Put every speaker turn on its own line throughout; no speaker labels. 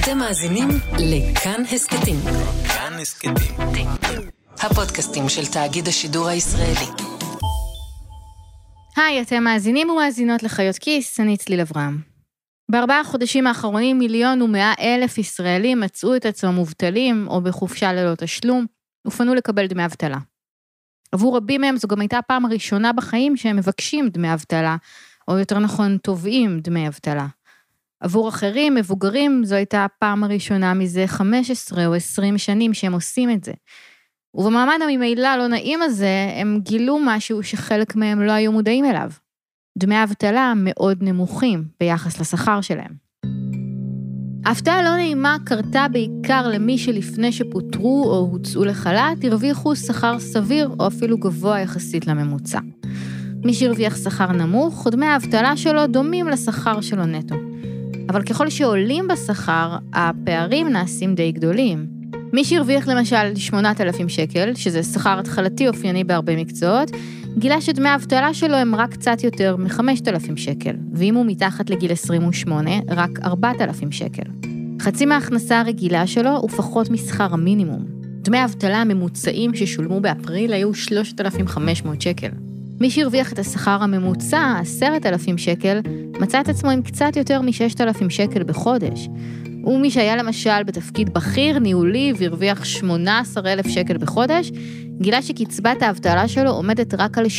אתם מאזינים לכאן הסקטים. כאן הסקטים. הפודקאסטים של תאגיד השידור הישראלי.
היי, אתם מאזינים ומאזינות לחיות כיס, אני צליל אברהם. ב4 חודשים האחרונים 1,100,000 ישראלים מצאו את עצמם מובטלים או בחופשה ללא תשלום, ופנו לקבל דמי אבטלה. עבור רבים מהם זו גם הייתה הפעם הראשונה בחיים שהם מבקשים דמי אבטלה, או יותר נכון תובעים דמי אבטלה. עבור אחרים, מבוגרים, זו הייתה הפעם הראשונה מזה 15 או 20 שנים שהם עושים את זה. ובמעמד הממילא לא נעים הזה, הם גילו משהו שחלק מהם לא היו מודעים אליו. דמי אבטלה מאוד נמוכים ביחס לשכר שלהם. ההפתעה לא נעימה קרתה בעיקר למי שלפני שפוטרו או הוצאו לחל"ת, הרוויחו שכר סביר או אפילו גבוה יחסית לממוצע. מי שהרוויח שכר נמוך, דמי האבטלה שלו דומים לשכר שלו נטו. אבל ככל שעולים בשכר, הפערים נעשים די גדולים. מי שהרוויח למשל 8,000 שקל, שזה שכר התחלתי אופייני בהרבה מקצועות, גילה שדמי האבטלה שלו הם רק קצת יותר מ-5,000 שקל, ואם הוא מתחת לגיל 28, רק 4,000 שקל. חצי מההכנסה הרגילה שלו הוא פחות משכר המינימום. דמי האבטלה הממוצעים ששולמו באפריל היו 3,500 שקל. מי שהרוויח את השכר הממוצע, 10,000 שקל, מצא את עצמו עם קצת יותר מ-6,000 שקל בחודש. ומי שהיה למשל בתפקיד בכיר, ניהולי, והרוויח 18,000 שקל בחודש, גילה שקצבת האבטלה שלו עומדת רק על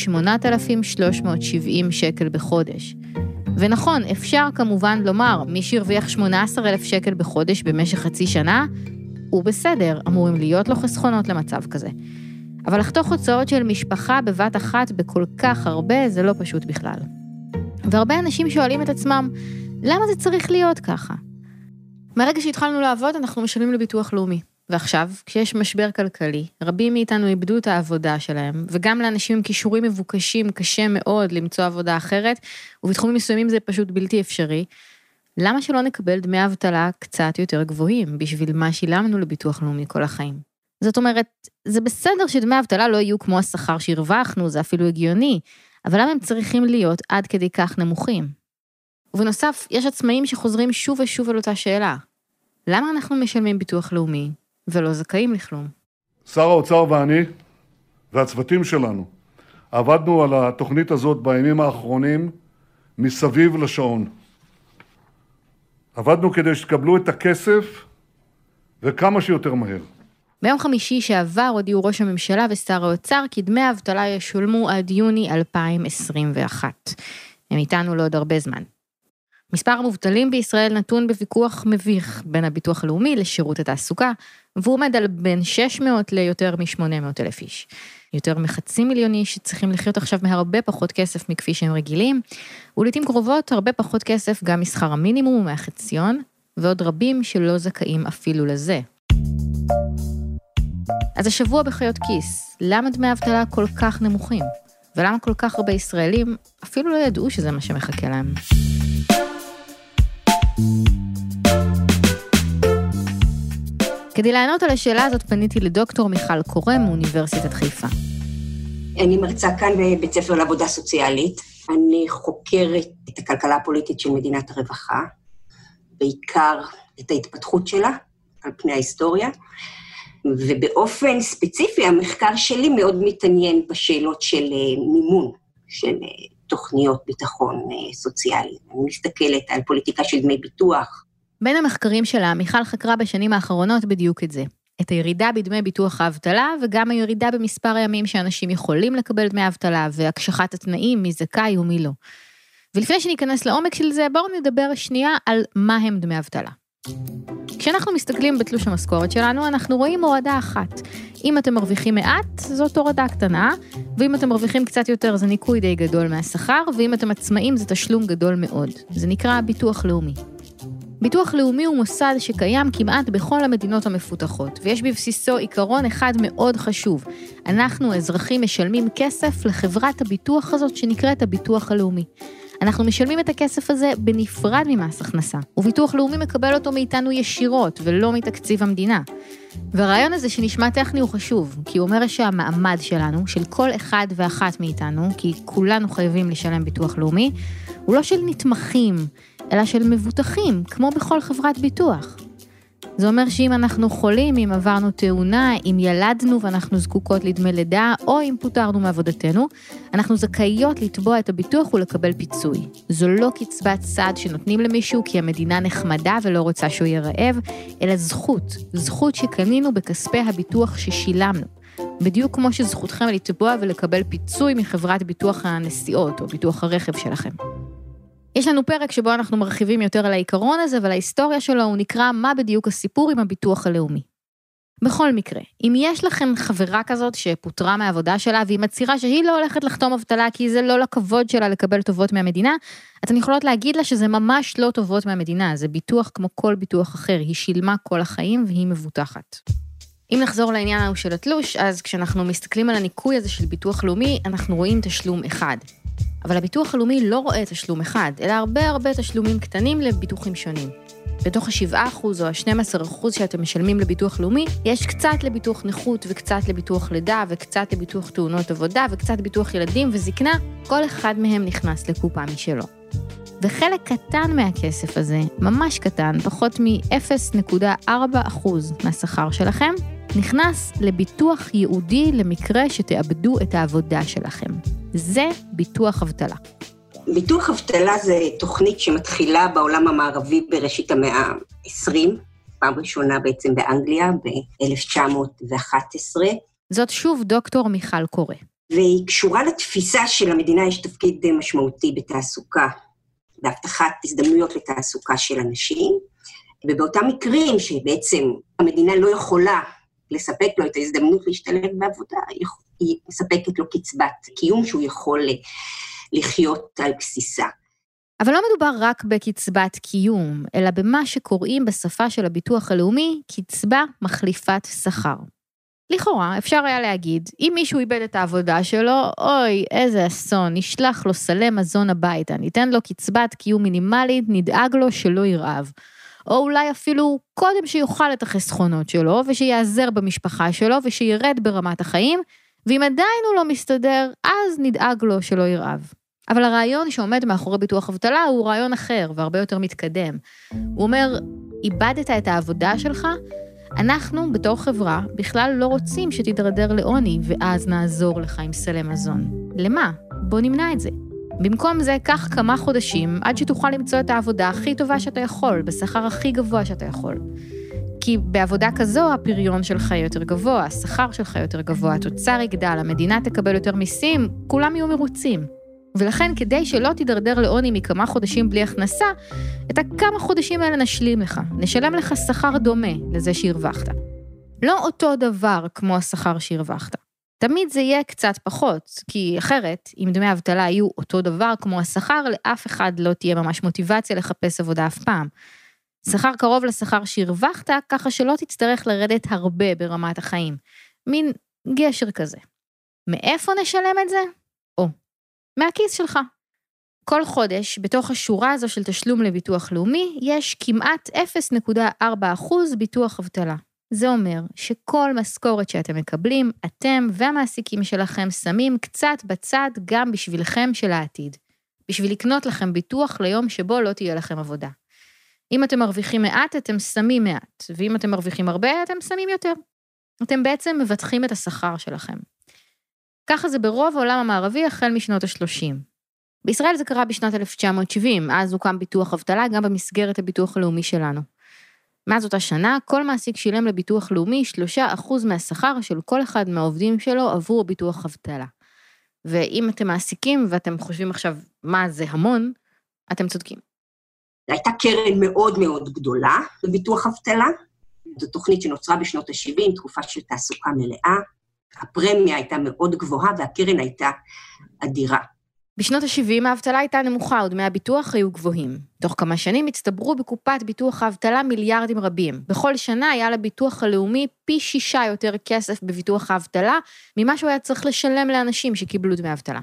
8,370 שקל בחודש. ונכון, אפשר כמובן לומר, מי שהרוויח 18,000 שקל בחודש במשך חצי שנה, הוא בסדר, אמורים להיות לו חסכונות למצב כזה. אבל לחתוך הוצאות של משפחה בבת אחת בכל כך הרבה, זה לא פשוט בכלל. והרבה אנשים שואלים את עצמם, למה זה צריך להיות ככה? מהרגע שהתחלנו לעבוד, אנחנו משלמים לביטוח לאומי. ועכשיו, כשיש משבר כלכלי, רבים מאיתנו איבדו את העבודה שלהם, וגם לאנשים עם כישורים מבוקשים קשה מאוד למצוא עבודה אחרת, ובתחומים מסוימים זה פשוט בלתי אפשרי. למה שלא נקבל דמי אבטלה קצת יותר גבוהים, בשביל מה שילמנו לביטוח לאומי כל החיים? זאת אומרת, זה בסדר שדמי אבטלה לא יהיו כמו השכר שהרווחנו, זה אפילו הגיוני, אבל למה הם צריכים להיות עד כדי כך נמוכים? ובנוסף, יש עצמאים שחוזרים שוב ושוב על אותה שאלה. למה אנחנו משלמים ביטוח לאומי ולא זכאים לכלום?
שר האוצר ואני והצוותים שלנו עבדנו על התוכנית הזאת בימים האחרונים מסביב לשעון. עבדנו כדי שתקבלו את הכסף וכמה שיותר מהר.
ביום חמישי שעבר הודיעו ראש הממשלה ושר האוצר כי דמי האבטלה ישולמו עד יוני 2021. הם איתנו לעוד הרבה זמן. מספר המובטלים בישראל נתון בוויכוח מביך בין הביטוח הלאומי לשירות התעסוקה, והוא עומד על בין 600 ליותר מ-800,000 איש. יותר מ500,000 איש שצריכים לחיות עכשיו מהרבה פחות כסף מכפי שהם רגילים, ולעתים קרובות הרבה פחות כסף גם משכר המינימום ומהחציון, ועוד רבים שלא זכאים אפילו לזה. אז השבוע בחיות כיס, למה דמי האבטלה כל כך נמוכים? ולמה כל כך הרבה ישראלים אפילו לא ידעו שזה מה שמחכה להם? כדי לענות על השאלה הזאת פניתי לדוקטור מיכל קורם מאוניברסיטת חיפה.
אני מרצה כאן בבית ספר לעבודה סוציאלית. אני חוקרת את הכלכלה הפוליטית של מדינת הרווחה, בעיקר את ההתפתחות שלה על פני ההיסטוריה, ובאופן ספציפי המחקר שלי מאוד מתעניין בשאלות של מימון, של תוכניות ביטחון סוציאלי. אני מסתכלת על פוליטיקה של דמי ביטוח.
בין המחקרים שלה, מיכל חקרה בשנים האחרונות בדיוק את זה. את הירידה בדמי ביטוח האבטלה, וגם הירידה במספר הימים שאנשים יכולים לקבל דמי אבטלה, והקשחת התנאים, מי זכאי ומי לא. ולפני שניכנס לעומק של זה, בואו נדבר שנייה על מה הם דמי אבטלה. כשאנחנו מסתכלים בתלוש המשכורת שלנו, אנחנו רואים הורדה אחת. אם אתם מרוויחים מעט, זאת הורדה קטנה, ואם אתם מרוויחים קצת יותר, זה ניקוי די גדול מהשכר, ואם אתם עצמאים, זה תשלום גדול מאוד. זה נקרא ביטוח לאומי. ביטוח לאומי הוא מוסד שקיים כמעט בכל המדינות המפותחות, ויש בבסיסו עיקרון אחד מאוד חשוב. אנחנו, האזרחים, משלמים כסף לחברת הביטוח הזאת שנקראת הביטוח הלאומי. אנחנו משלמים את הכסף הזה בנפרד ממס הכנסה, וביטוח לאומי מקבל אותו מאיתנו ישירות ולא מתקציב המדינה. והרעיון הזה שנשמע טכני הוא חשוב, כי הוא אומר שהמעמד שלנו, של כל אחד ואחת מאיתנו, כי כולנו חייבים לשלם ביטוח לאומי, הוא לא של נתמכים, אלא של מבוטחים, כמו בכל חברת ביטוח. זה אומר שאם אנחנו חולים, אם עברנו תאונה, אם ילדנו ואנחנו זקוקות לדמי לידה, או אם פוטרנו מעבודתנו, אנחנו זכאיות לתבוע את הביטוח ולקבל פיצוי. זו לא קצבת סעד שנותנים למישהו כי המדינה נחמדה ולא רוצה שהוא יהיה רעב, אלא זכות שקנינו בכספי הביטוח ששילמנו. בדיוק כמו שזכותכם לתבוע ולקבל פיצוי מחברת ביטוח הנסיעות או ביטוח הרכב שלכם. יש לנו פרק שבו אנחנו מרחיבים יותר על העיקרון הזה, אבל ההיסטוריה שלו הוא נקרא מה בדיוק הסיפור עם הביטוח הלאומי. בכל מקרה, אם יש לכם חברה כזאת שפוטרה מהעבודה שלה, והיא מצהירה שהיא לא הולכת לחתום אבטלה, כי זה לא לכבוד שלה לקבל טובות מהמדינה, אתן יכולות להגיד לה שזה ממש לא טובות מהמדינה, זה ביטוח כמו כל ביטוח אחר, היא שילמה כל החיים והיא מבוטחת. אם נחזור לעניין של התלוש, אז כשאנחנו מסתכלים על הניקוי הזה של ביטוח לאומי, אנחנו רואים תשלום אחד. אבל הביטוח הלאומי לא רואה תשלום אחד, אלא הרבה תשלומים קטנים לביטוחים שונים. בתוך ה7% או ה12% שאתם משלמים לביטוח לאומי, יש קצת לביטוח נכות וקצת לביטוח לידה וקצת לביטוח תאונות עבודה וקצת ביטוח ילדים וזקנה, כל אחד מהם נכנס לקופה משלו. וחלק קטן מהכסף הזה, ממש קטן, פחות מ-0.4% מהשכר שלכם, נכנס לביטוח ייעודי למקרה שתאבדו את העבודה שלכם. זה ביטוח אבטלה.
ביטוח אבטלה זה תוכנית שמתחילה בעולם המערבי בראשית המאה ה-20, פעם ראשונה בעצם באנגליה ב-1911.
זאת שוב דוקטור מיכל קורא.
והיא קשורה לתפיסה של המדינה, יש תפקיד משמעותי בתעסוקה, בהבטחת הזדמנויות לתעסוקה של אנשים, ובאותם מקרים שבעצם המדינה לא יכולה לספק לו את ההזדמנות להשתלב בעבודה, היא מספקת לו קצבת קיום שהוא יכול לחיות על בסיסה.
אבל לא מדובר רק בקצבת קיום, אלא במה שקוראים בשפה של הביטוח הלאומי, קצבה מחליפת שכר. לכאורה, אפשר היה להגיד, אם מישהו איבד את העבודה שלו, אוי, איזה אסון, נשלח לו סלי מזון הביתה, ניתן לו קצבת קיום מינימלית, נדאג לו שלא ירעב. או אולי אפילו קודם שיוכל את החסכונות שלו, ושיעזר במשפחה שלו, ושירד ברמת החיים, ואם עדיין הוא לא מסתדר, אז נדאג לו שלא ירעב. אבל הרעיון שעומד מאחורי ביטוח אבטלה הוא רעיון אחר, והרבה יותר מתקדם. הוא אומר, איבדת את העבודה שלך, אנחנו בתור חברה בכלל לא רוצים שתתדרדר לעוני, ואז נעזור לך עם סלי מזון. למה? בוא נמנע את זה. במקום זה, קח כמה חודשים עד שתוכל למצוא את העבודה הכי טובה שאתה יכול, בשכר הכי גבוה שאתה יכול. כי בעבודה כזו הפריון שלך יותר גבוה, השכר שלך יותר גבוה, התוצר יגדל, המדינה תקבל יותר מיסים, כולם יהיו מרוצים. ולכן כדי שלא תדרדר לעוני מכמה חודשים בלי הכנסה, את הכמה חודשים האלה נשלים לך, נשלם לך שכר דומה לזה שהרווחת. לא אותו דבר כמו השכר שהרווחת. תמיד זה יהיה קצת פחות, כי אחרת, אם דמי האבטלה יהיו אותו דבר כמו השכר, לאף אחד לא תהיה ממש מוטיבציה לחפש עבודה אף פעם. שכר קרוב לשכר שהרווחת, ככה שלא תצטרך לרדת הרבה ברמת החיים. מין גשר כזה. מאיפה נשלם את זה? מהכיס שלך. כל חודש, בתוך השורה הזו של תשלום לביטוח לאומי, יש כמעט 0.4% ביטוח אבטלה. זה אומר שכל משכורת שאתם מקבלים, אתם והמעסיקים שלכם שמים קצת בצד גם בשבילכם של העתיד. בשביל לקנות לכם ביטוח ליום שבו לא תהיה לכם עבודה. אם אתם מרוויחים מעט, אתם שמים מעט, ואם אתם מרוויחים הרבה, אתם שמים יותר. אתם בעצם מבטחים את השכר שלכם. ככה זה ברוב העולם המערבי החל משנות ה-30. בישראל זה קרה בשנת 1970, אז הוקם ביטוח אבטלה גם במסגרת הביטוח הלאומי שלנו. מאז אותה שנה, כל מעסיק שילם לביטוח לאומי 3% מהשכר של כל אחד מהעובדים שלו עבור ביטוח אבטלה. ואם אתם מעסיקים ואתם חושבים עכשיו מה זה המון, אתם צודקים.
הייתה קרן מאוד מאוד גדולה בביטוח אבטלה, זו תוכנית שנוצרה בשנות ה-70, תקופה של תעסוקה מלאה, הפרמיה הייתה מאוד גבוהה והקרן הייתה אדירה.
בשנות ה-70 האבטלה הייתה נמוכה, ודמי הביטוח היו גבוהים. תוך כמה שנים הצטברו בקופת ביטוח האבטלה מיליארדים רבים. בכל שנה היה לביטוח הלאומי פי 6 יותר כסף בביטוח האבטלה, ממה שהוא היה צריך לשלם לאנשים שקיבלו דמי אבטלה.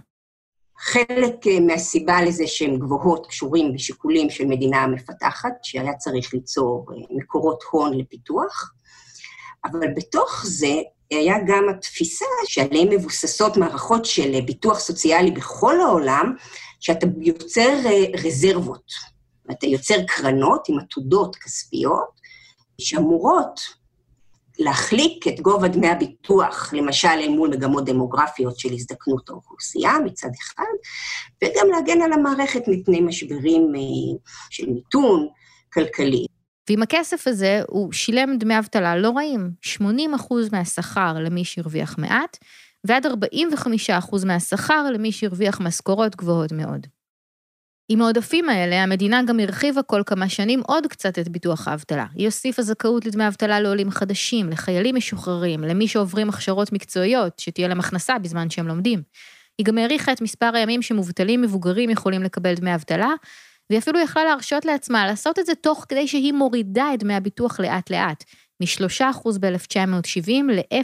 חלק מהסיבה לזה שהן גבוהות קשורים בשיקולים של מדינה מפתחת, שהיה צריך ליצור מקורות הון לפיתוח, אבל בתוך זה היה גם התפיסה שעליהן מבוססות מערכות של ביטוח סוציאלי בכל העולם, שאתה יוצר רזרבות, אתה יוצר קרנות עם עתודות כספיות, שאמורות להחליק את גובה דמי הביטוח, למשל אל מול מגמות דמוגרפיות של הזדקנות האוכלוסייה מצד אחד, וגם להגן על המערכת מפני משברים של מיתון כלכלי.
ועם הכסף הזה הוא שילם דמי אבטלה לא רעים, 80% מהשכר למי שהרוויח מעט, ועד 45% מהשכר למי שהרוויח משכורות גבוהות מאוד. עם העודפים האלה, המדינה גם הרחיבה כל כמה שנים עוד קצת את ביטוח האבטלה. היא הוסיפה זכאות לדמי אבטלה לעולים חדשים, לחיילים משוחררים, למי שעוברים הכשרות מקצועיות, שתהיה להם הכנסה בזמן שהם לומדים. היא גם העריכה את מספר הימים שמובטלים מבוגרים יכולים לקבל דמי אבטלה, והיא אפילו יכלה להרשות לעצמה לעשות את זה תוך כדי שהיא מורידה את דמי הביטוח לאט לאט, מ3% ב-1970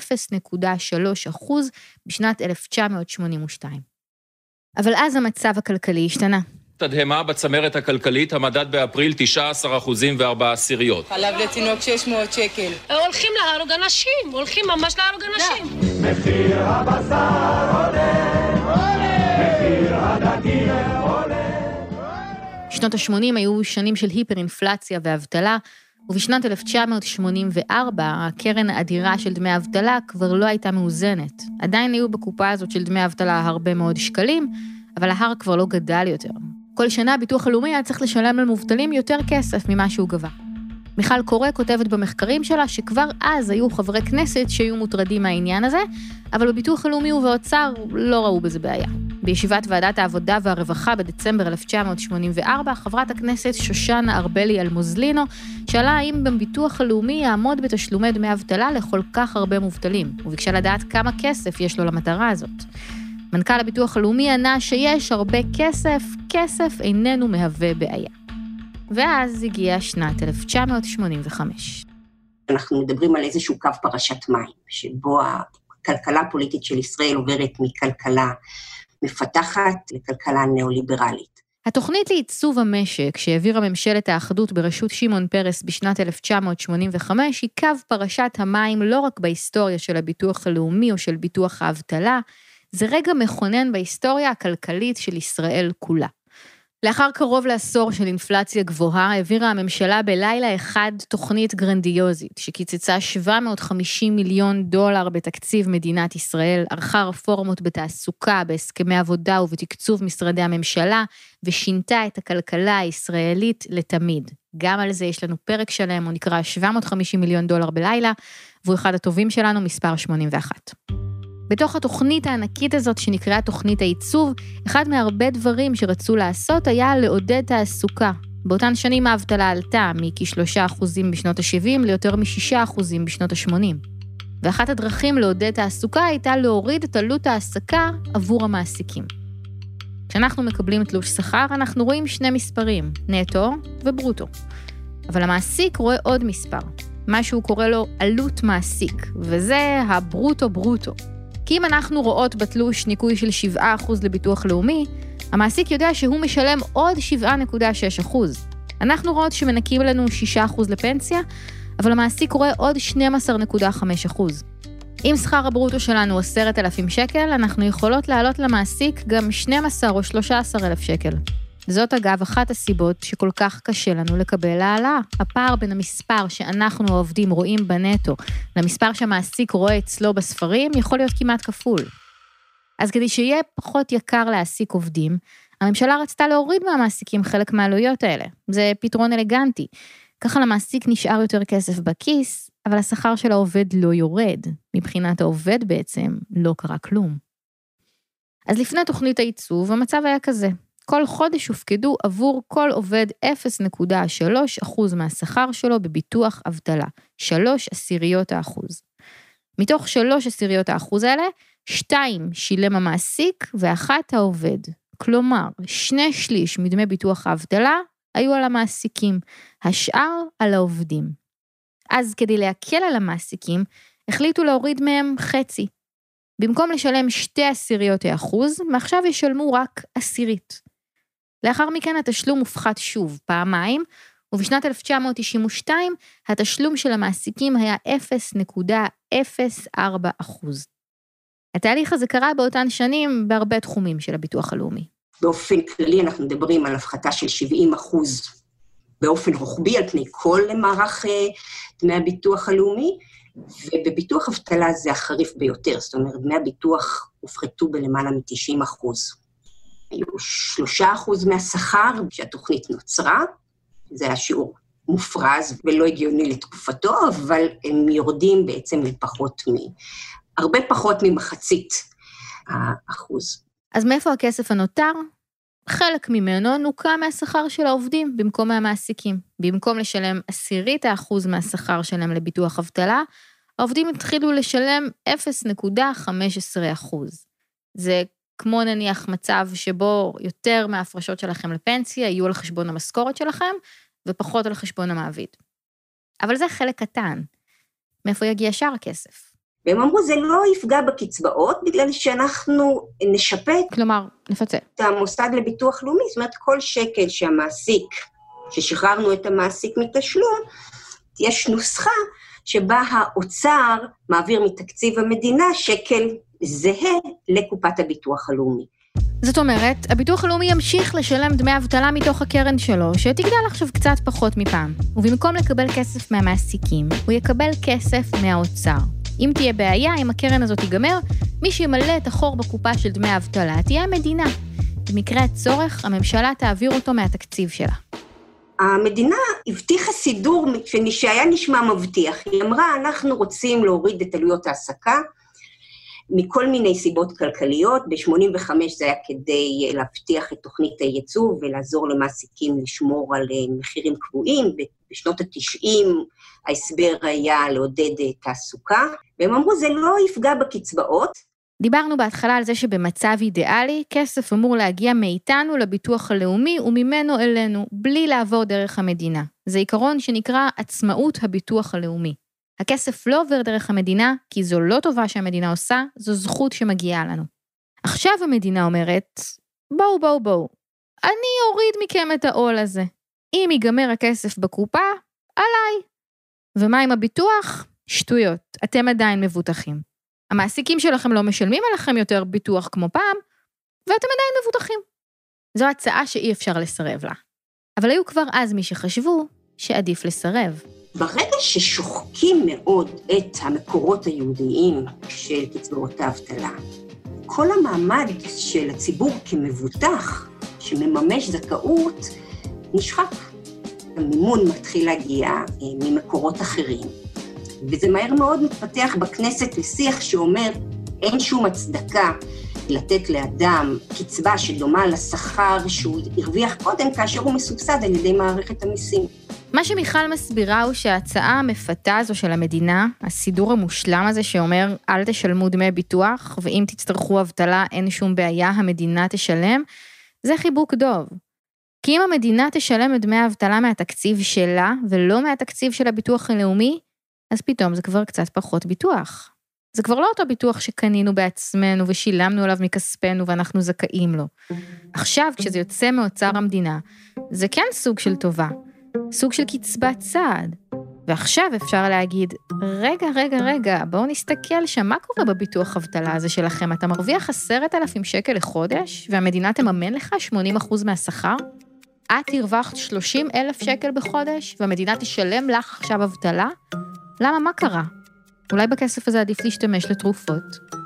ל-0.3% בשנת 1982. אבל אז המצב הכלכלי השתנה.
תדהמה בצמרת הכלכלית, המדד באפריל 19.4%.
חלב לתינוק 600 שקל.
הולכים להרוג אנשים, הולכים ממש להרוג אנשים.
מחיר הבשר עולה, מחיר הדגים עולה.
שנות ה-80 היו שנים של היפר-אינפלציה ואבטלה, ובשנת 1984 הקרן האדירה של דמי אבטלה כבר לא הייתה מאוזנת. עדיין היו בקופה הזאת של דמי אבטלה הרבה מאוד שקלים, אבל ההר כבר לא גדל יותר. כל שנה הביטוח הלאומי היה צריך לשלם למובטלים יותר כסף ממה שהוא גבה. מיכל קורא כותבת במחקרים שלה שכבר אז היו חברי כנסת שהיו מוטרדים מהעניין הזה, אבל בביטוח הלאומי ובאוצר לא ראו בזה בעיה. בישיבת ועדת העבודה והרווחה בדצמבר 1984, חברת הכנסת שושנה ארבלי אלמוזלינו שאלה האם בביטוח הלאומי יעמוד בתשלומי דמי אבטלה לכל כך הרבה מובטלים, וביקשה לדעת כמה כסף יש לו למטרה הזאת. מנכ"ל הביטוח הלאומי ענה שיש הרבה כסף איננו מהווה בעיה. ואז הגיעה שנת 1985.
אנחנו מדברים על איזשהו קו פרשת מים, שבו הכלכלה הפוליטית של ישראל עוברת מכלכלה מפתחת לכלכלה ניאו-ליברלית.
התוכנית לעיצוב המשק שהעבירה ממשלת האחדות בראשות שמעון פרס בשנת 1985 היא קו פרשת המים לא רק בהיסטוריה של הביטוח הלאומי או של ביטוח האבטלה, זה רגע מכונן בהיסטוריה הכלכלית של ישראל כולה. לאחר קרוב לעשור של אינפלציה גבוהה, העבירה הממשלה בלילה אחד תוכנית גרנדיוזית, שקיצצה $750 מיליון בתקציב מדינת ישראל, ערכה רפורמות בתעסוקה, בהסכמי עבודה ובתקצוב משרדי הממשלה, ושינתה את הכלכלה הישראלית לתמיד. גם על זה יש לנו פרק שלם, הוא נקרא $750 מיליון בלילה, והוא אחד הטובים שלנו, מספר 81. בתוך התוכנית הענקית הזאת שנקראה תוכנית העיצוב, אחד מהרבה דברים שרצו לעשות היה לעודד תעסוקה. באותן שנים האבטלה עלתה מכ3% בשנות ה-70 ליותר מ6% בשנות ה-80. ואחת הדרכים לעודד תעסוקה הייתה להוריד את עלות העסקה עבור המעסיקים. כשאנחנו מקבלים תלוש שכר, אנחנו רואים שני מספרים, נטו וברוטו. אבל המעסיק רואה עוד מספר, מה שהוא קורא לו עלות מעסיק, וזה הברוטו-ברוטו. כי אם אנחנו רואות בתלוש ניקוי של 7% לביטוח לאומי, המעסיק יודע שהוא משלם עוד 7.6%. אנחנו רואות שמנקים לנו 6% לפנסיה, אבל המעסיק רואה עוד 12.5%. אם שכר הברוטו שלנו 10,000 שקל, אנחנו יכולות לעלות למעסיק גם 12 או 13,000 שקל. זאת אגב אחת הסיבות שכל כך קשה לנו לקבל העלאה. הפער בין המספר שאנחנו העובדים רואים בנטו, למספר שהמעסיק רואה אצלו בספרים, יכול להיות כמעט כפול. אז כדי שיהיה פחות יקר להעסיק עובדים, הממשלה רצתה להוריד מהמעסיקים חלק מהעלויות האלה. זה פתרון אלגנטי. ככה למעסיק נשאר יותר כסף בכיס, אבל השכר של העובד לא יורד. מבחינת העובד בעצם לא קרה כלום. אז לפני תוכנית העיצוב, המצב היה כזה. כל חודש הופקדו עבור כל עובד 0.3% מהשכר שלו בביטוח אבטלה, 0.3%. מתוך 0.3% האלה, 2 שילם המעסיק ו1 העובד. כלומר, 2/3 מדמי ביטוח האבטלה היו על המעסיקים, השאר על העובדים. אז כדי להקל על המעסיקים, החליטו להוריד מהם חצי. במקום לשלם 0.2%, מעכשיו ישלמו רק 0.1%. לאחר מכן התשלום הופחת שוב פעמיים, ובשנת 1992 התשלום של המעסיקים היה 0.04%. התהליך הזה קרה באותן שנים בהרבה תחומים של הביטוח הלאומי.
באופן כללי אנחנו מדברים על הפחתה של 70% באופן רוחבי על פני כל מערך דמי הביטוח הלאומי, ובביטוח אבטלה זה החריף ביותר, זאת אומרת, דמי הביטוח הופחתו בלמעלה מ-90%. היו 3% מהשכר שהתוכנית נוצרה, זה היה שיעור מופרז ולא הגיוני לתקופתו, אבל הם יורדים בעצם הרבה פחות ממחצית האחוז.
אז מאיפה הכסף הנותר? חלק ממנו נוקע מהשכר של העובדים במקום מהמעסיקים. במקום לשלם 0.1% מהשכר שלהם לביטוח אבטלה, העובדים התחילו לשלם 0.15%. זה כמו נניח מצב שבו יותר מההפרשות שלכם לפנסיה יהיו על חשבון המשכורת שלכם, ופחות על חשבון המעביד. אבל זה חלק קטן. מאיפה יגיע שאר הכסף?
והם אמרו, זה לא יפגע בקצבאות, בגלל שאנחנו נשפט.
כלומר, נפצה.
את המוסד לביטוח לאומי, זאת אומרת, כל שקל שהמעסיק, ששחררנו את המעסיק מתשלום, יש נוסחה שבה האוצר מעביר מתקציב המדינה שקל זהה לקופת הביטוח הלאומי.
זאת אומרת, הביטוח הלאומי ימשיך לשלם דמי אבטלה מתוך הקרן שלו, שתגדל עכשיו קצת פחות מפעם. ובמקום לקבל כסף מהמעסיקים, הוא יקבל כסף מהאוצר. אם תהיה בעיה, אם הקרן הזאת תיגמר, מי שימלא את החור בקופה של דמי האבטלה תהיה המדינה. במקרה הצורך, הממשלה תעביר אותו מהתקציב שלה.
המדינה הבטיחה סידור שהיה נשמע מבטיח. היא אמרה, אנחנו רוצים להוריד את עלויות העסקה, מכל מיני סיבות כלכליות. ב-85 זה היה כדי להבטיח את תוכנית הייצוא ולעזור למעסיקים לשמור על מחירים קבועים. בשנות ה-90 ההסבר היה לעודד תעסוקה, והם אמרו, זה לא יפגע בקצבאות.
דיברנו בהתחלה על זה שבמצב אידיאלי, כסף אמור להגיע מאיתנו לביטוח הלאומי וממנו אלינו, בלי לעבור דרך המדינה. זה עיקרון שנקרא עצמאות הביטוח הלאומי. הכסף לא עובר דרך המדינה, כי זו לא טובה שהמדינה עושה, זו זכות שמגיעה לנו. עכשיו המדינה אומרת, בואו, אני אוריד מכם את העול הזה. אם ייגמר הכסף בקופה, עליי. ומה עם הביטוח? שטויות, אתם עדיין מבוטחים. המעסיקים שלכם לא משלמים עליכם יותר ביטוח כמו פעם, ואתם עדיין מבוטחים. זו הצעה שאי אפשר לסרב לה. אבל היו כבר אז מי שחשבו שעדיף לסרב.
ברגע ששוחקים מאוד את המקורות היהודיים של קצבאות האבטלה, כל המעמד של הציבור כמבוטח שמממש זכאות נשחק. המימון מתחיל להגיע ממקורות אחרים, וזה מהר מאוד מתפתח בכנסת לשיח שאומר, אין שום הצדקה לתת לאדם קצבה שדומה לשכר שהוא הרוויח קודם, כאשר הוא מסובסד על ידי מערכת המיסים.
מה שמיכל מסבירה הוא שההצעה המפתה הזו של המדינה, הסידור המושלם הזה שאומר, אל תשלמו דמי ביטוח, ואם תצטרכו אבטלה אין שום בעיה, המדינה תשלם, זה חיבוק דוב. כי אם המדינה תשלם את דמי האבטלה מהתקציב שלה, ולא מהתקציב של הביטוח הלאומי, אז פתאום זה כבר קצת פחות ביטוח. זה כבר לא אותו ביטוח שקנינו בעצמנו ושילמנו עליו מכספנו ואנחנו זכאים לו. עכשיו, כשזה יוצא מאוצר המדינה, זה כן סוג של טובה, סוג של קצבת צעד. ועכשיו אפשר להגיד, רגע, בואו נסתכל שם, מה קורה בביטוח אבטלה הזה שלכם? אתה מרוויח 10,000 שקל לחודש, והמדינה תממן לך 80% מהשכר? את הרווחת 30,000 שקל בחודש, והמדינה תשלם לך עכשיו אבטלה? למה, מה קרה? אולי בכסף הזה עדיף להשתמש לתרופות.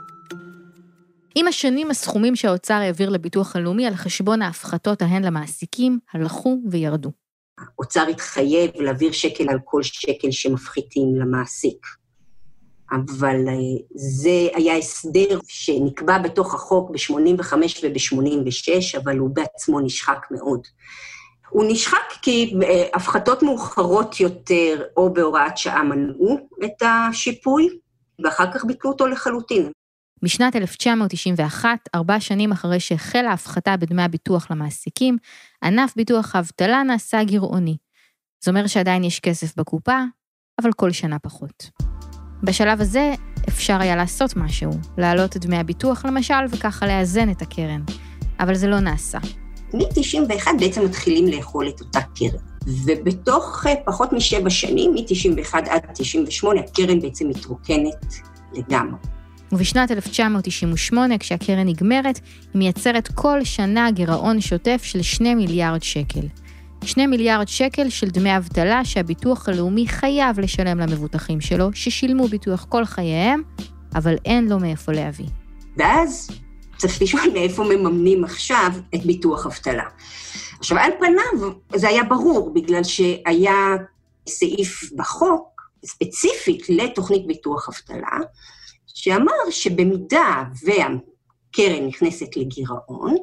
עם השנים הסכומים שהאוצר העביר לביטוח הלאומי על חשבון ההפחתות ההן למעסיקים הלכו וירדו.
האוצר התחייב להעביר שקל על כל שקל שמפחיתים למעסיק. אבל זה היה הסדר שנקבע בתוך החוק ב-85 וב-86, אבל הוא בעצמו נשחק מאוד. הוא נשחק כי הפחתות מאוחרות יותר או בהוראת שעה מנעו את השיפוי, ואחר כך ביטלו אותו לחלוטין.
בשנת 1991, 4 שנים אחרי שהחלה ההפחתה בדמי הביטוח למעסיקים, ענף ביטוח האבטלה נעשה גירעוני. זאת אומרת שעדיין יש כסף בקופה, אבל כל שנה פחות. בשלב הזה אפשר היה לעשות משהו, להעלות את דמי הביטוח למשל, וככה לאזן את הקרן. אבל זה לא נעשה.
מ-91 בעצם מתחילים לאכול את אותה קרן. ובתוך פחות מ7 שנים, מ-91 עד 98, הקרן בעצם מתרוקנת לגמרי.
ובשנת 1998, כשהקרן נגמרת, היא מייצרת כל שנה גירעון שוטף של 2 מיליארד שקל. 2 מיליארד שקל של דמי אבטלה שהביטוח הלאומי חייב לשלם למבוטחים שלו, ששילמו ביטוח כל חייהם, אבל אין לו מאיפה להביא.
ואז צריך לשאול מאיפה מממנים עכשיו את ביטוח אבטלה. עכשיו, על פניו זה היה ברור, בגלל שהיה סעיף בחוק, ספציפית לתוכנית ביטוח אבטלה, שאמר שבמידה והקרן נכנסת לגירעון,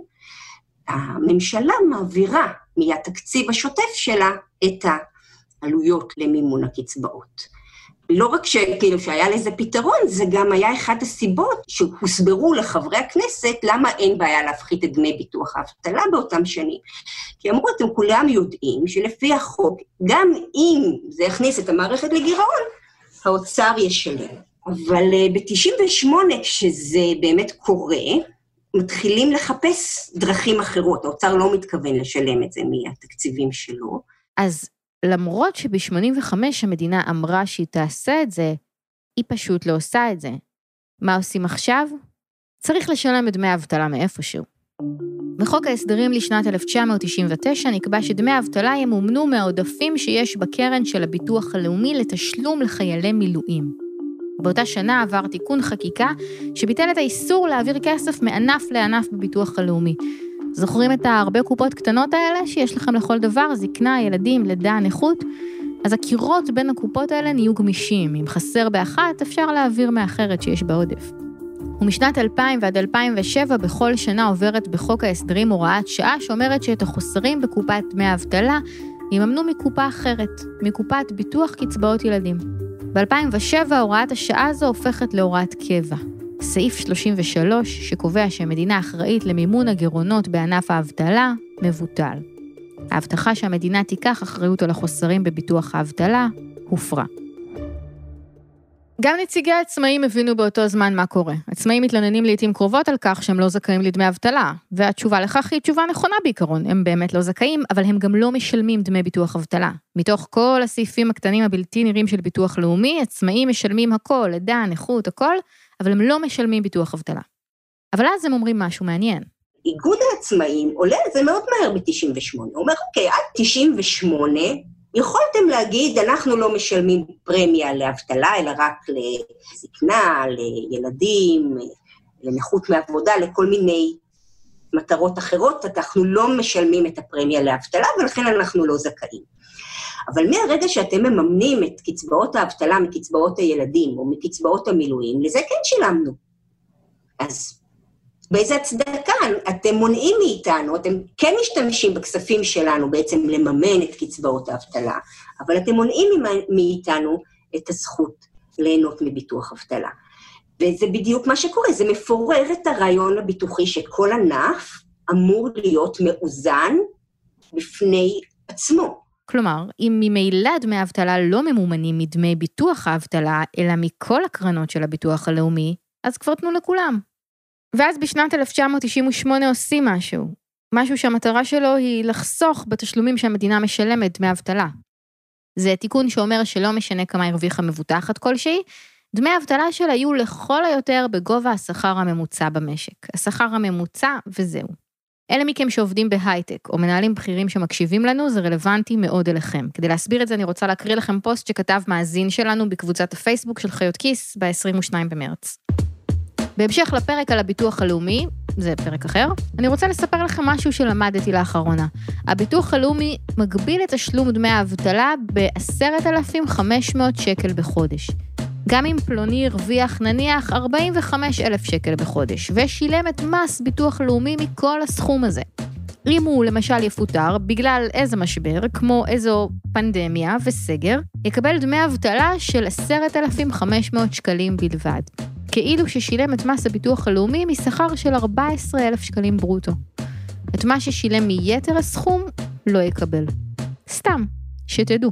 הממשלה מעבירה מהתקציב השוטף שלה את העלויות למימון הקצבאות. לא רק שהיה לזה פתרון, זה גם היה אחת הסיבות שהוסברו לחברי הכנסת למה אין בעיה להפחית את דמי ביטוח האבטלה באותם שנים. כי אמרו, אתם כולם יודעים שלפי החוק, גם אם זה יכניס את המערכת לגירעון, האוצר ישלם. אבל ב-98, כשזה באמת קורה, מתחילים לחפש דרכים אחרות. האוצר לא מתכוון לשלם את זה מהתקציבים שלו.
אז למרות שב-85 המדינה אמרה שהיא תעשה את זה, היא פשוט לא עושה את זה. מה עושים עכשיו? צריך לשלם את דמי האבטלה מאיפשהו. בחוק ההסדרים לשנת 1999 נקבע שדמי האבטלה ימומנו מהעודפים שיש בקרן של הביטוח הלאומי לתשלום לחיילי מילואים. באותה שנה עבר תיקון חקיקה שביטל את האיסור להעביר כסף מענף לענף בביטוח הלאומי. זוכרים את הרבה קופות קטנות האלה שיש לכם לכל דבר, זקנה, ילדים, לידה, נכות? אז הקירות בין הקופות האלה נהיו גמישים. אם חסר באחת, אפשר להעביר מאחרת שיש בעודף. ומשנת 2000 ועד 2007 בכל שנה עוברת בחוק ההסדרים הוראת שעה שאומרת שאת החוסרים בקופת דמי האבטלה יממנו מקופה אחרת, מקופת ביטוח קצבאות ילדים. ב-2007 הוראת השעה הזו הופכת להוראת קבע. סעיף 33 שקובע שהמדינה אחראית למימון הגירעונות בענף האבטלה מבוטל. ההבטחה שהמדינה תיקח אחריות על החוסרים בביטוח האבטלה הופרה. גם נציגי העצמאים הבינו באותו זמן מה קורה. עצמאים מתלוננים לעתים קרובות על כך שהם לא זכאים לדמי אבטלה, והתשובה לכך היא תשובה נכונה בעיקרון. הם באמת לא זכאים, אבל הם גם לא משלמים דמי ביטוח אבטלה. מתוך כל הסעיפים הקטנים הבלתי נראים של ביטוח לאומי, עצמאים משלמים הכל, לידה, נכות, הכל, אבל הם לא משלמים ביטוח אבטלה. אבל אז הם אומרים משהו מעניין.
איגוד העצמאים עולה את זה מאוד מהר ב-98. הוא אומר, אוקיי, עד 98, יכולתם להגיד, אנחנו לא משלמים פרמיה לאבטלה, אלא רק לזקנה, לילדים, לנכות מעבודה, לכל מיני מטרות אחרות, אנחנו לא משלמים את הפרמיה לאבטלה, ולכן אנחנו לא זכאים. אבל מהרגע שאתם מממנים את קצבאות האבטלה מקצבאות הילדים, או מקצבאות המילואים, לזה כן שילמנו. אז באיזה הצדקה אתם מונעים מאיתנו, אתם כן משתמשים בכספים שלנו בעצם לממן את קצבאות האבטלה, אבל אתם מונעים מאיתנו את הזכות ליהנות מביטוח אבטלה. וזה בדיוק מה שקורה, זה מפורר את הרעיון הביטוחי שכל ענף אמור להיות מאוזן בפני עצמו.
כלומר, אם ממילא דמי האבטלה לא ממומנים מדמי ביטוח האבטלה, אלא מכל הקרנות של הביטוח הלאומי, אז כבר תנו לכולם. ואז בשנת 1998 עושים משהו שהמטרה שלו היא לחסוך בתשלומים שהמדינה משלמת דמי אבטלה. זה תיקון שאומר שלא משנה כמה הרוויחה מבוטחת כלשהי, דמי האבטלה שלה יהיו לכל היותר בגובה השכר הממוצע במשק. השכר הממוצע וזהו. אלה מכם שעובדים בהייטק או מנהלים בכירים שמקשיבים לנו, זה רלוונטי מאוד אליכם. כדי להסביר את זה אני רוצה להקריא לכם פוסט שכתב מאזין שלנו בקבוצת הפייסבוק של חיות כיס ב-22 במרץ. בהמשך לפרק על הביטוח הלאומי, זה פרק אחר, אני רוצה לספר לכם משהו שלמדתי לאחרונה. הביטוח הלאומי מגביל את תשלום דמי האבטלה ב-10,500 שקל בחודש. גם אם פלוני הרוויח נניח 45,000 שקל בחודש, ושילם את מס ביטוח לאומי מכל הסכום הזה. אם הוא למשל יפוטר בגלל איזה משבר, כמו איזו פנדמיה וסגר, יקבל דמי אבטלה של 10,500 שקלים בלבד. כאילו ששילם את מס הביטוח הלאומי משכר של 14,000 שקלים ברוטו. את מה ששילם מיתר הסכום לא יקבל. סתם, שתדעו.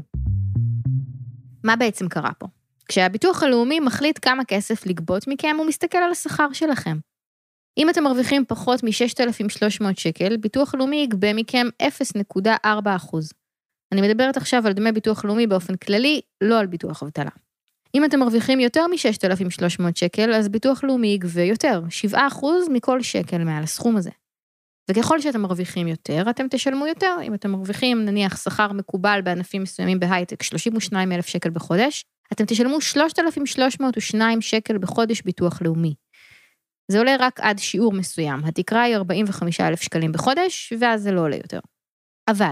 מה בעצם קרה פה? כשהביטוח הלאומי מחליט כמה כסף לגבות מכם, הוא מסתכל על השכר שלכם. אם אתם מרוויחים פחות מ-6,300 שקל, ביטוח לאומי יגבה מכם 0.4%. אני מדברת עכשיו על דמי ביטוח לאומי באופן כללי, לא על ביטוח אבטלה. אם אתם מרוויחים יותר מ-6,300 שקל, אז ביטוח לאומי יגבה יותר, 7% מכל שקל מעל הסכום הזה. וככל שאתם מרוויחים יותר, אתם תשלמו יותר. אם אתם מרוויחים, נניח, שכר מקובל בענפים מסוימים בהייטק, 32,000 שקל בחודש, אתם תשלמו 3,302 שקל בחודש ביטוח לאומי. זה עולה רק עד שיעור מסוים. התקרה היא 45,000 שקלים בחודש, ואז זה לא עולה יותר. אבל,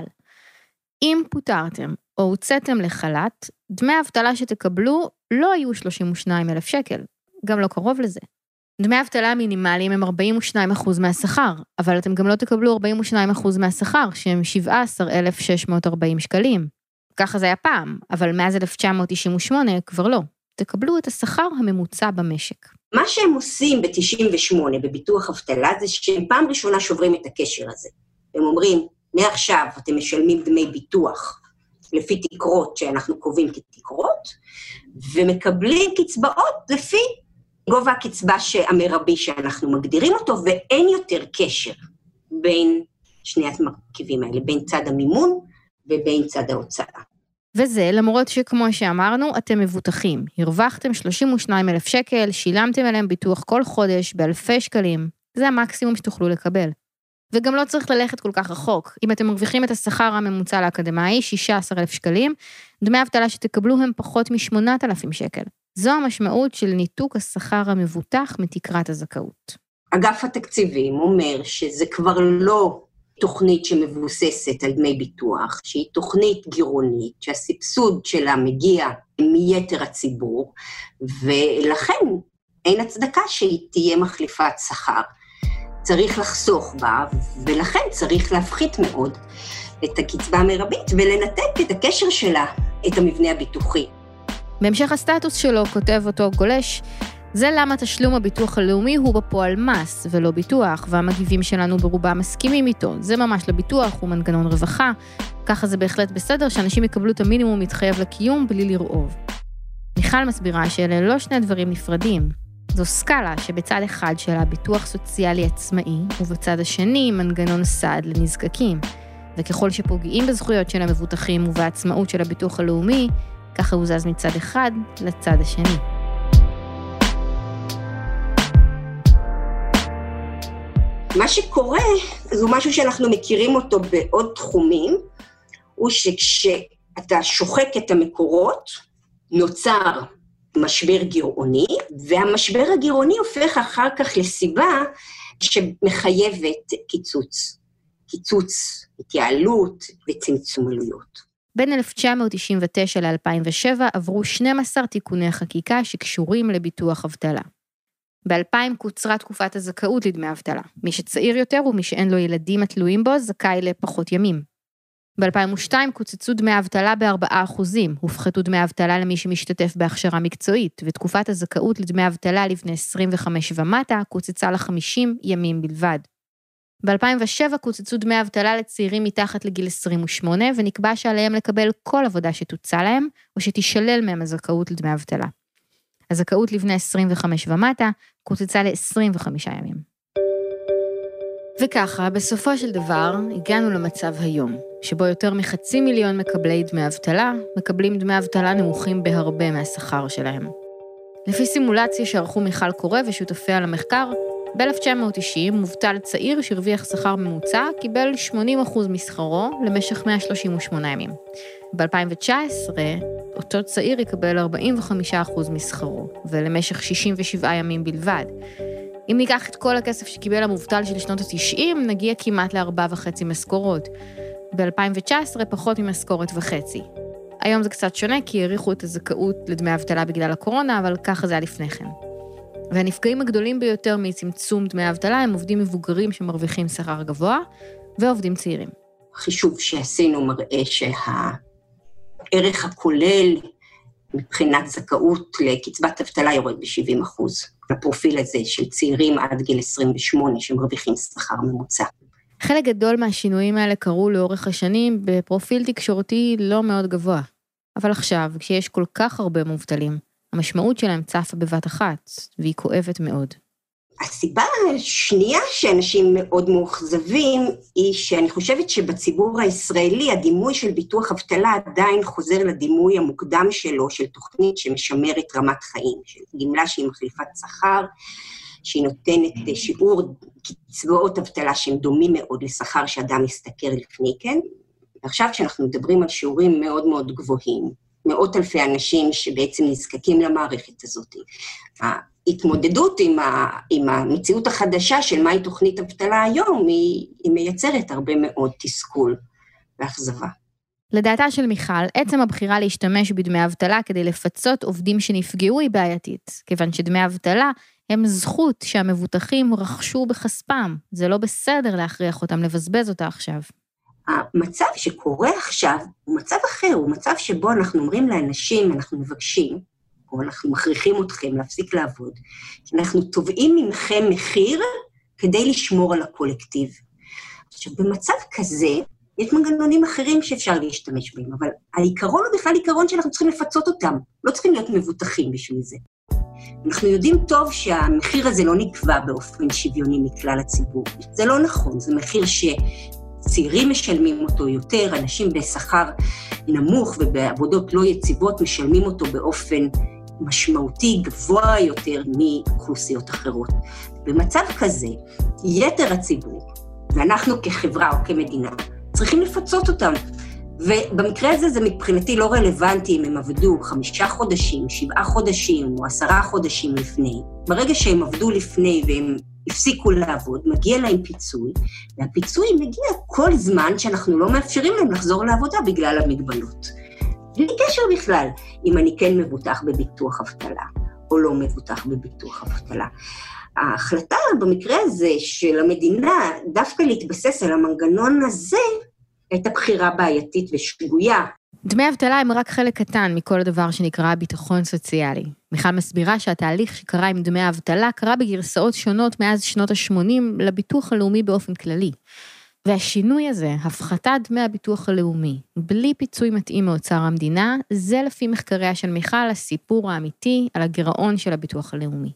אם פוטרתם או הוצאתם לחל"ת, דמי האבטלה שתקבלו לא יהיו 32,000 שקל, גם לא קרוב לזה. דמי האבטלה המינימליים הם 42% מהשכר, אבל אתם גם לא תקבלו 42% מהשכר, שהם 17,640 שקלים. ככה זה היה פעם, אבל מאז 1998 כבר לא. תקבלו את השכר הממוצע במשק.
מה שהם עושים ב-98 בביטוח אבטלה, זה שהם פעם ראשונה שוברים את הקשר הזה. הם אומרים, מעכשיו אתם משלמים דמי ביטוח, לפי תקרות שאנחנו קובעים כתקרות, ומקבלים קצבאות לפי גובה הקצבה המרבי שאנחנו מגדירים אותו, ואין יותר קשר בין שני המרכיבים האלה, בין צד המימון ובין צד ההוצאה.
וזה למרות שכמו שאמרנו, אתם מבוטחים. הרווחתם 32,000 שקל, שילמתם עליהם ביטוח כל חודש באלפי שקלים. זה המקסימום שתוכלו לקבל. וגם לא צריך ללכת כל כך רחוק. אם אתם מרוויחים את השכר הממוצע לאקדמאי, 16,000 שקלים, דמי האבטלה שתקבלו הם פחות מ8,000 שקל. זו המשמעות של ניתוק השכר המבוטח מתקרת הזכאות.
אגף התקציבים אומר שזה כבר לא תוכנית שמבוססת על דמי ביטוח, שהיא תוכנית גירעונית, שהסבסוד שלה מגיע מיתר הציבור, ולכן אין הצדקה שהיא תהיה מחליפת שכר. צריך לחסוך בה, ולכן צריך להפחית מאוד את הקצבה המרבית, ולנתק את הקשר שלה, את המבנה הביטוחי.
בהמשך הסטטוס שלו כותב אותו גולש, זה למה תשלום הביטוח הלאומי הוא בפועל מס ולא ביטוח, והמגיבים שלנו ברובם מסכימים איתו. זה ממש לא ביטוח, הוא מנגנון רווחה. ככה זה בהחלט בסדר שאנשים יקבלו את המינימום מתחייב לקיום בלי לרעוב. מיכל מסבירה שאלה לא שני דברים נפרדים. זו סקאלה שבצד אחד שלה ביטוח סוציאלי עצמאי, ובצד השני מנגנון סעד לנזקקים. וככל שפוגעים בזכויות של המבוטחים ובעצמאות של הביטוח הלאומי, ככה הוא זז מצד אחד לצד השני.
מה שקורה, זו משהו שאנחנו מכירים אותו בעוד תחומים, הוא שכשאתה שוחק את המקורות, נוצר משבר גירעוני, והמשבר הגירעוני הופך אחר כך לסיבה שמחייבת קיצוץ, התייעלות וצמצום עלויות.
בין 1999 ל-2007 עברו 12 תיקוני חקיקה שקשורים לביטוח אבטלה. ב-2000 קוצרה תקופת הזכאות לדמי אבטלה. מי שצעיר יותר ומי שאין לו ילדים התלויים בו זכאי לפחות ימים. ב-2002 קוצצו דמי אבטלה ב4%, הופחתו דמי אבטלה למי שמשתתף בהכשרה מקצועית, ותקופת הזכאות לדמי אבטלה לבני 25 ומטה קוצצה ל50 ימים בלבד. ב-2007 קוצצו דמי אבטלה לצעירים מתחת לגיל 28, ונקבע שעליהם לקבל כל עבודה שתוצא להם, או שתישלל מהם הזכאות לדמי אבטלה. הזכאות לבני 25 ומטה קוצצה ל25 ימים. וככה, בסופו של דבר, הגענו למצב היום, שבו יותר מ500,000 מקבלי דמי אבטלה, מקבלים דמי אבטלה נמוכים בהרבה מהשכר שלהם. לפי סימולציה שערכו מיכל קורא ושותפיה למחקר, ב-1990 מובטל צעיר שהרוויח שכר ממוצע קיבל 80% משכרו למשך 138 ימים. ב-2019 אותו צעיר יקבל 45% משכרו ולמשך 67 ימים בלבד. אם ניקח את כל הכסף שקיבל המובטל של שנות ה-90, נגיע כמעט ל4.5 משכורות. ב-2019 פחות ממשכורת וחצי. היום זה קצת שונה כי העריכו את הזכאות לדמי אבטלה בגלל הקורונה, אבל ככה זה היה לפני כן. והנפגעים הגדולים ביותר מצמצום דמי האבטלה הם עובדים מבוגרים שמרוויחים שכר גבוה, ועובדים צעירים.
חישוב שעשינו מראה שהערך הכולל מבחינת זכאות לקצבת אבטלה יורד ב70%, לפרופיל הזה של צעירים עד גיל 28 שמרוויחים שכר ממוצע.
חלק גדול מהשינויים האלה קרו לאורך השנים בפרופיל תקשורתי לא מאוד גבוה. אבל עכשיו, כשיש כל כך הרבה מובטלים, המשמעות שלהם צפה בבת אחת, והיא כואבת מאוד.
הסיבה השנייה שאנשים מאוד מאוכזבים, היא שאני חושבת שבציבור הישראלי, הדימוי של ביטוח אבטלה עדיין חוזר לדימוי המוקדם שלו, של תוכנית שמשמרת רמת חיים, של גמלה שהיא מחליפת שכר, שהיא נותנת שיעור קצבאות אבטלה שהם דומים מאוד לשכר שאדם משתכר לפני כן, ועכשיו כשאנחנו מדברים על שיעורים מאוד מאוד גבוהים, מאות אלפי אנשים שבעצם נזקקים למערכת הזאת, ההתמודדות עם המציאות החדשה של מהי תוכנית אבטלה היום, היא מייצרת הרבה מאוד תסכול ואכזבה.
לדעתה של מיכל, עצם הבחירה להשתמש בדמי אבטלה כדי לפצות עובדים שנפגעו היא בעייתית, כיוון שדמי אבטלה הם זכות שהמבוטחים רכשו בכספם. זה לא בסדר להכריח אותם לבזבז אותה עכשיו.
המצב שקורה עכשיו הוא מצב אחר, הוא מצב שבו אנחנו אומרים לאנשים, אנחנו מבקשים, או אנחנו מכריחים אתכם להפסיק לעבוד, אנחנו תובעים ממכם מחיר כדי לשמור על הקולקטיב. עכשיו, במצב כזה, יש מנגנונים אחרים שאפשר להשתמש בהם, אבל העיקרון הוא בכלל עיקרון שאנחנו צריכים לפצות אותם, לא צריכים להיות מבוטחים בשביל זה. אנחנו יודעים טוב שהמחיר הזה לא נקבע באופן שוויוני מכלל הציבור. זה לא נכון, זה מחיר שצעירים משלמים אותו יותר, אנשים בשכר נמוך ובעבודות לא יציבות משלמים אותו באופן משמעותי גבוה יותר מאוכלוסיות אחרות. במצב כזה, יתר הציבור, ואנחנו כחברה או כמדינה, צריכים לפצות אותם. ובמקרה הזה זה מבחינתי לא רלוונטי אם הם עבדו 5 חודשים, 7 חודשים או 10 חודשים לפני. ברגע שהם עבדו לפני והם הפסיקו לעבוד, מגיע להם פיצוי, והפיצוי מגיע כל זמן שאנחנו לא מאפשרים להם לחזור לעבודה בגלל המגבלות. בלי קשר בכלל, אם אני כן מבוטח בביטוח אבטלה או לא מבוטח בביטוח אבטלה. ההחלטה במקרה הזה של המדינה דווקא להתבסס על המנגנון הזה, הייתה בחירה בעייתית ושגויה.
דמי אבטלה הם רק חלק קטן מכל הדבר שנקרא ביטחון סוציאלי. מיכל מסבירה שהתהליך שקרה עם דמי האבטלה קרה בגרסאות שונות מאז שנות ה-80 לביטוח הלאומי באופן כללי. והשינוי הזה, הפחתת דמי הביטוח הלאומי, בלי פיצוי מתאים מאוצר המדינה, זה לפי מחקריה של מיכל הסיפור האמיתי על הגירעון של הביטוח הלאומי.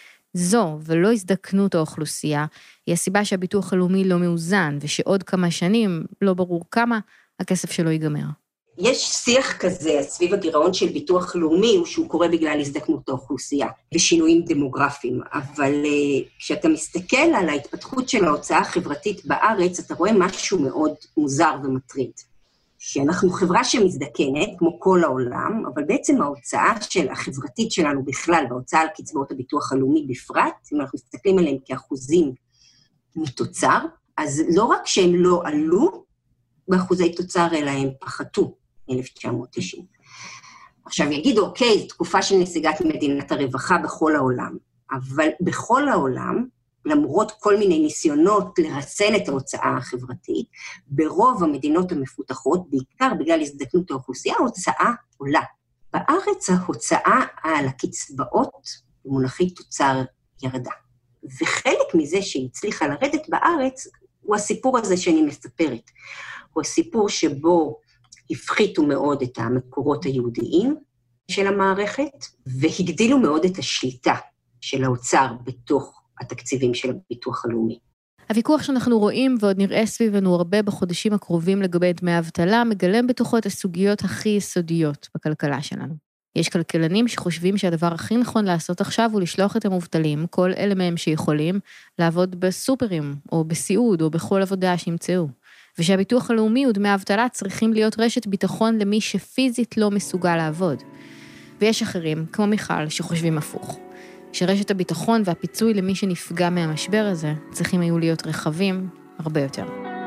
זו ולא הזדקנות האוכלוסייה, היא הסיבה שהביטוח הלאומי לא מאוזן, ושעוד כמה שנים, לא ברור כמה, הכסף שלו ייגמר.
יש שיח כזה סביב הגירעון של ביטוח לאומי, שהוא קורה בגלל הזדקנות האוכלוסייה, ושינויים דמוגרפיים, אבל כשאתה מסתכל על ההתפתחות של ההוצאה החברתית בארץ, אתה רואה משהו מאוד מוזר ומטריד. שאנחנו חברה שמזדקנת, כמו כל העולם, אבל בעצם ההוצאה החברתית שלנו בכלל, וההוצאה על קצבאות הביטוח הלאומי בפרט, אם אנחנו מסתכלים עליהם כאחוזים מתוצר, אז לא רק שהם לא עלו באחוזי תוצר, אלא הם פחתו מ-1990. עכשיו יגידו, אוקיי, זו תקופה של נסיגת מדינת הרווחה בכל העולם, אבל בכל העולם, למרות כל מיני ניסיונות לרסן את ההוצאה החברתית, ברוב המדינות המפותחות, בעיקר בגלל הזדקנות האוכלוסייה, ההוצאה עולה. בארץ ההוצאה על הקצבאות במונחי תוצר ירדה. וחלק מזה שהיא הצליחה לרדת בארץ, הוא הסיפור הזה שאני מספרת. הוא הסיפור שבו הפחיתו מאוד את המקורות היהודיים של המערכת, והגדילו מאוד את השליטה של האוצר בתוך התקציבים של הביטוח הלאומי.
הוויכוח שאנחנו רואים ועוד נראה סביבנו הרבה בחודשים הקרובים לגבי דמי אבטלה, מגלם בתוכו את הסוגיות הכי יסודיות בכלכלה שלנו. יש כלכלנים שחושבים שהדבר הכי נכון לעשות עכשיו הוא לשלוח את המובטלים, כל אלה מהם שיכולים, לעבוד בסופרים או בסיעוד או בכל עבודה שימצאו. ושהביטוח הלאומי ודמי האבטלה צריכים להיות רשת ביטחון למי שפיזית לא מסוגל לעבוד. ויש אחרים, כמו מיכל, שחושבים הפוך. שרשת הביטחון והפיצוי למי שנפגע מהמשבר הזה צריכים היו להיות רחבים הרבה יותר.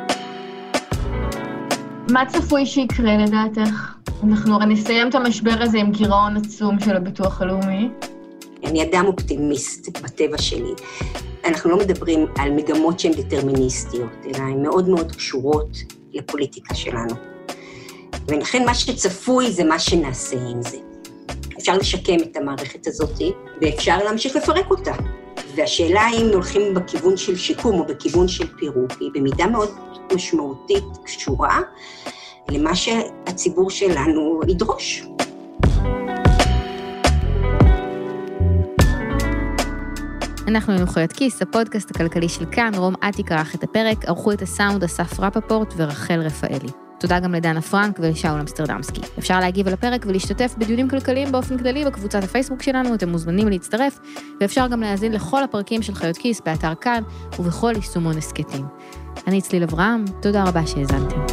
מה צפוי שיקרה לדעתך? אנחנו הרי נסיים את המשבר הזה עם גירעון עצום של הביטוח הלאומי.
אני אדם אופטימיסט בטבע שלי. אנחנו לא מדברים על מגמות שהן דטרמיניסטיות, אלא הן מאוד מאוד קשורות לפוליטיקה שלנו. ולכן מה שצפוי זה מה שנעשה עם זה. אפשר לשקם את המערכת הזאת, ואפשר להמשיך לפרק אותה. והשאלה האם הולכים בכיוון של שיקום או בכיוון של פירוק, היא במידה מאוד משמעותית קשורה למה שהציבור שלנו ידרוש.
אנחנו היינו חיות כיס, הפודקאסט הכלכלי של כאן, רום עתיק ערך את הפרק, ערכו את הסאונד אסף רפפורט ורחל רפאלי. תודה גם לדנה פרנק ולשאול אמסטרדמסקי. אפשר להגיב על הפרק ולהשתתף בדיונים כלכליים באופן כללי בקבוצת הפייסבוק שלנו, אתם מוזמנים להצטרף, ואפשר גם להאזין לכל הפרקים של חיות כיס באתר כאן ובכל יישומון הסקטים. אני צליל אברהם, תודה רבה שהאזנתם.